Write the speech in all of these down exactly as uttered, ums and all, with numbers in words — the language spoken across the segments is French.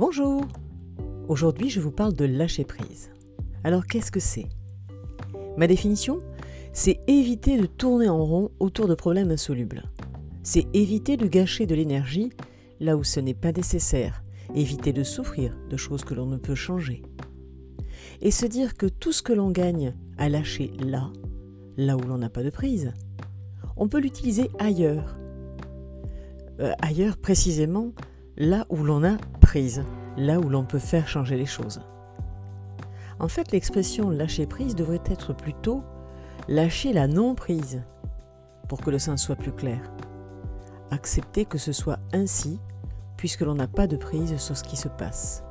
Bonjour! Aujourd'hui, je vous parle de lâcher prise. Alors, qu'est-ce que c'est? Ma définition, c'est éviter de tourner en rond autour de problèmes insolubles. C'est éviter de gâcher de l'énergie là où ce n'est pas nécessaire, éviter de souffrir de choses que l'on ne peut changer. Et se dire que tout ce que l'on gagne à lâcher là, là où l'on n'a pas de prise, on peut l'utiliser ailleurs. Euh, ailleurs précisément, là où l'on a prise, là où l'on peut faire changer les choses. En fait, l'expression lâcher prise devrait être plutôt lâcher la non-prise, pour que le sens soit plus clair. Accepter que ce soit ainsi, puisque l'on n'a pas de prise sur ce qui se passe.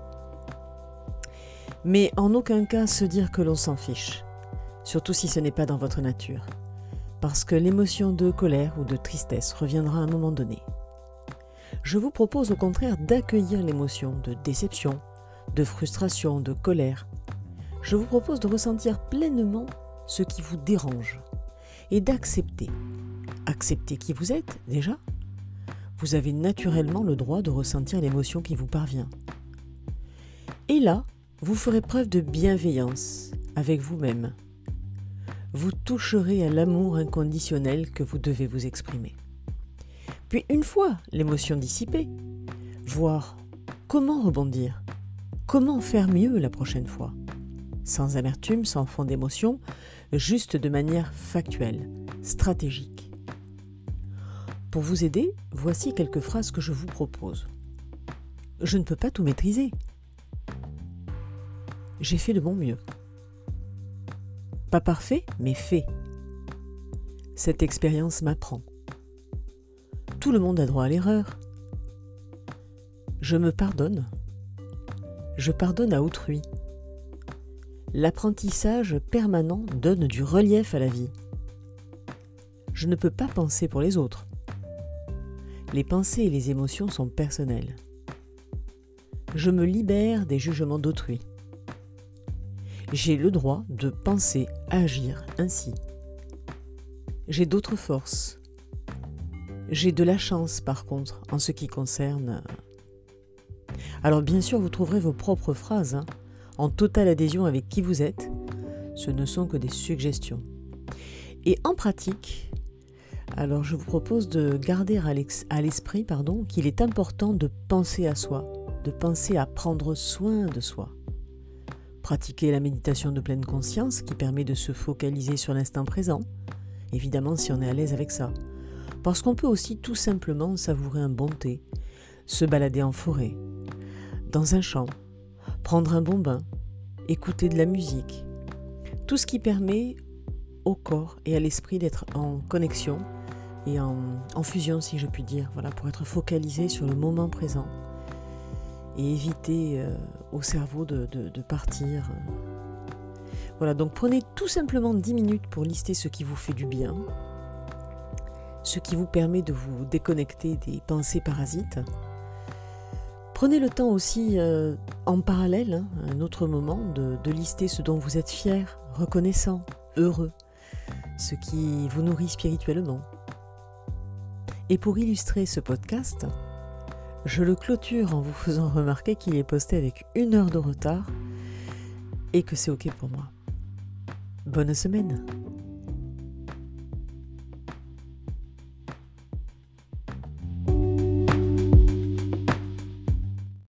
Mais en aucun cas se dire que l'on s'en fiche, surtout si ce n'est pas dans votre nature, parce que l'émotion de colère ou de tristesse reviendra à un moment donné. Je vous propose au contraire d'accueillir l'émotion de déception, de frustration, de colère. Je vous propose de ressentir pleinement ce qui vous dérange et d'accepter. Accepter qui vous êtes déjà. Vous avez naturellement le droit de ressentir l'émotion qui vous parvient. Et là, vous ferez preuve de bienveillance avec vous-même. Vous toucherez à l'amour inconditionnel que vous devez vous exprimer. Puis une fois l'émotion dissipée, voir comment rebondir, comment faire mieux la prochaine fois, sans amertume, sans fond d'émotion, juste de manière factuelle, stratégique. Pour vous aider, voici quelques phrases que je vous propose. Je ne peux pas tout maîtriser. J'ai fait de mon mieux. Pas parfait, mais fait. Cette expérience m'apprend. Tout le monde a droit à l'erreur. Je me pardonne. Je pardonne à autrui. L'apprentissage permanent donne du relief à la vie. Je ne peux pas penser pour les autres. Les pensées et les émotions sont personnelles. Je me libère des jugements d'autrui. J'ai le droit de penser, agir ainsi. J'ai d'autres forces. J'ai de la chance par contre en ce qui concerne... Alors bien sûr vous trouverez vos propres phrases hein, en totale adhésion avec qui vous êtes. Ce ne sont que des suggestions. Et en pratique, alors je vous propose de garder à l'esprit pardon, qu'il est important de penser à soi, de penser à prendre soin de soi. Pratiquer la méditation de pleine conscience qui permet de se focaliser sur l'instant présent, évidemment si on est à l'aise avec ça. Parce qu'on peut aussi tout simplement savourer un bon thé, se balader en forêt, dans un champ, prendre un bon bain, écouter de la musique. Tout ce qui permet au corps et à l'esprit d'être en connexion et en, en fusion, si je puis dire, voilà, pour être focalisé sur le moment présent et éviter euh, au cerveau de, de, de partir. Voilà, donc prenez tout simplement dix minutes pour lister ce qui vous fait du bien, ce qui vous permet de vous déconnecter des pensées parasites. Prenez le temps aussi, euh, en parallèle, hein, à un autre moment, de, de lister ce dont vous êtes fier, reconnaissant, heureux, ce qui vous nourrit spirituellement. Et pour illustrer ce podcast, je le clôture en vous faisant remarquer qu'il est posté avec une heure de retard et que c'est OK pour moi. Bonne semaine!